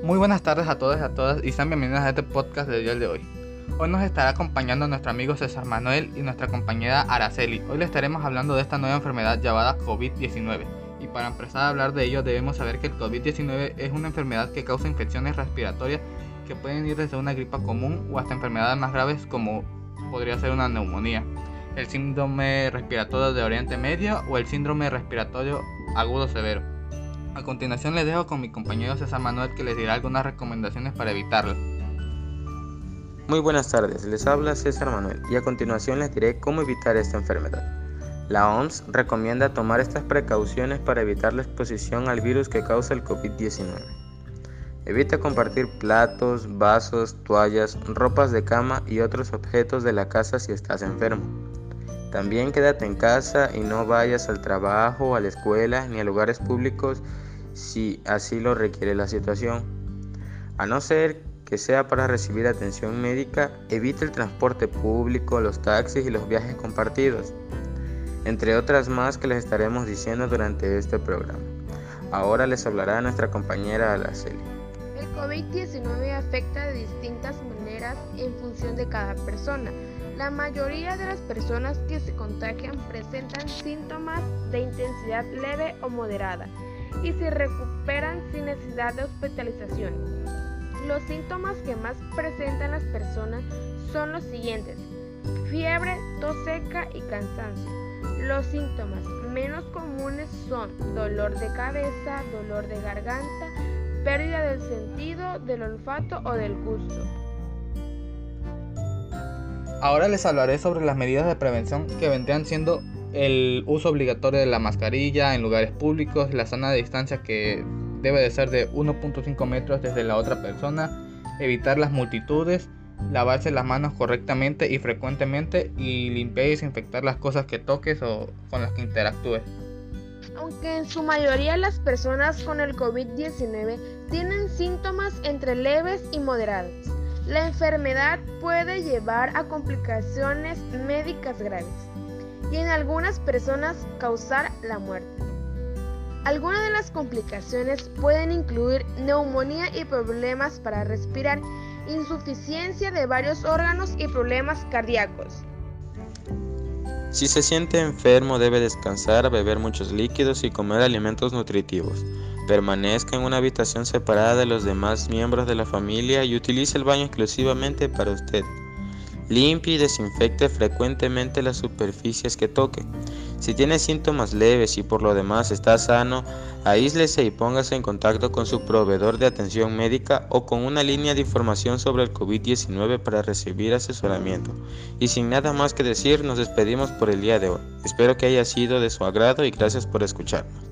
Muy buenas tardes a todos y a todas y sean bienvenidos a este podcast del día de hoy. Hoy nos estará acompañando nuestro amigo César Manuel y nuestra compañera Araceli. Hoy le estaremos hablando de esta nueva enfermedad llamada COVID-19. Y para empezar a hablar de ello debemos saber que el COVID-19 es una enfermedad que causa infecciones respiratorias que pueden ir desde una gripa común o hasta enfermedades más graves como podría ser una neumonía, el síndrome respiratorio de Oriente Medio o el síndrome respiratorio agudo severo. A continuación les dejo con mi compañero César Manuel que les dirá algunas recomendaciones para evitarlo. Muy buenas tardes, les habla César Manuel y a continuación les diré cómo evitar esta enfermedad. La OMS recomienda tomar estas precauciones para evitar la exposición al virus que causa el COVID-19. Evita compartir platos, vasos, toallas, ropas de cama y otros objetos de la casa si estás enfermo. También quédate en casa y no vayas al trabajo, a la escuela ni a lugares públicos si así lo requiere la situación. A no ser que sea para recibir atención médica, evita el transporte público, los taxis y los viajes compartidos, entre otras más que les estaremos diciendo durante este programa. Ahora les hablará nuestra compañera Araceli. El COVID-19 afecta de distintas maneras en función de cada persona. La mayoría de las personas que se contagian presentan síntomas de intensidad leve o moderada y se recuperan sin necesidad de hospitalización. Los síntomas que más presentan las personas son los siguientes: fiebre, tos seca y cansancio. Los síntomas menos comunes son dolor de cabeza, dolor de garganta, pérdida del sentido del olfato o del gusto. Ahora les hablaré sobre las medidas de prevención que vendrían siendo el uso obligatorio de la mascarilla en lugares públicos, la sana distancia que debe de ser de 1.5 metros desde la otra persona, evitar las multitudes, lavarse las manos correctamente y frecuentemente y limpiar y desinfectar las cosas que toques o con las que interactúes. Aunque en su mayoría las personas con el COVID-19 tienen síntomas entre leves y moderados, la enfermedad puede llevar a complicaciones médicas graves y en algunas personas causar la muerte. Algunas de las complicaciones pueden incluir neumonía y problemas para respirar, insuficiencia de varios órganos y problemas cardíacos. Si se siente enfermo, debe descansar, beber muchos líquidos y comer alimentos nutritivos. Permanezca en una habitación separada de los demás miembros de la familia y utilice el baño exclusivamente para usted. Limpie y desinfecte frecuentemente las superficies que toque. Si tiene síntomas leves y por lo demás está sano, aíslese y póngase en contacto con su proveedor de atención médica o con una línea de información sobre el COVID-19 para recibir asesoramiento. Y sin nada más que decir, nos despedimos por el día de hoy. Espero que haya sido de su agrado y gracias por escucharnos.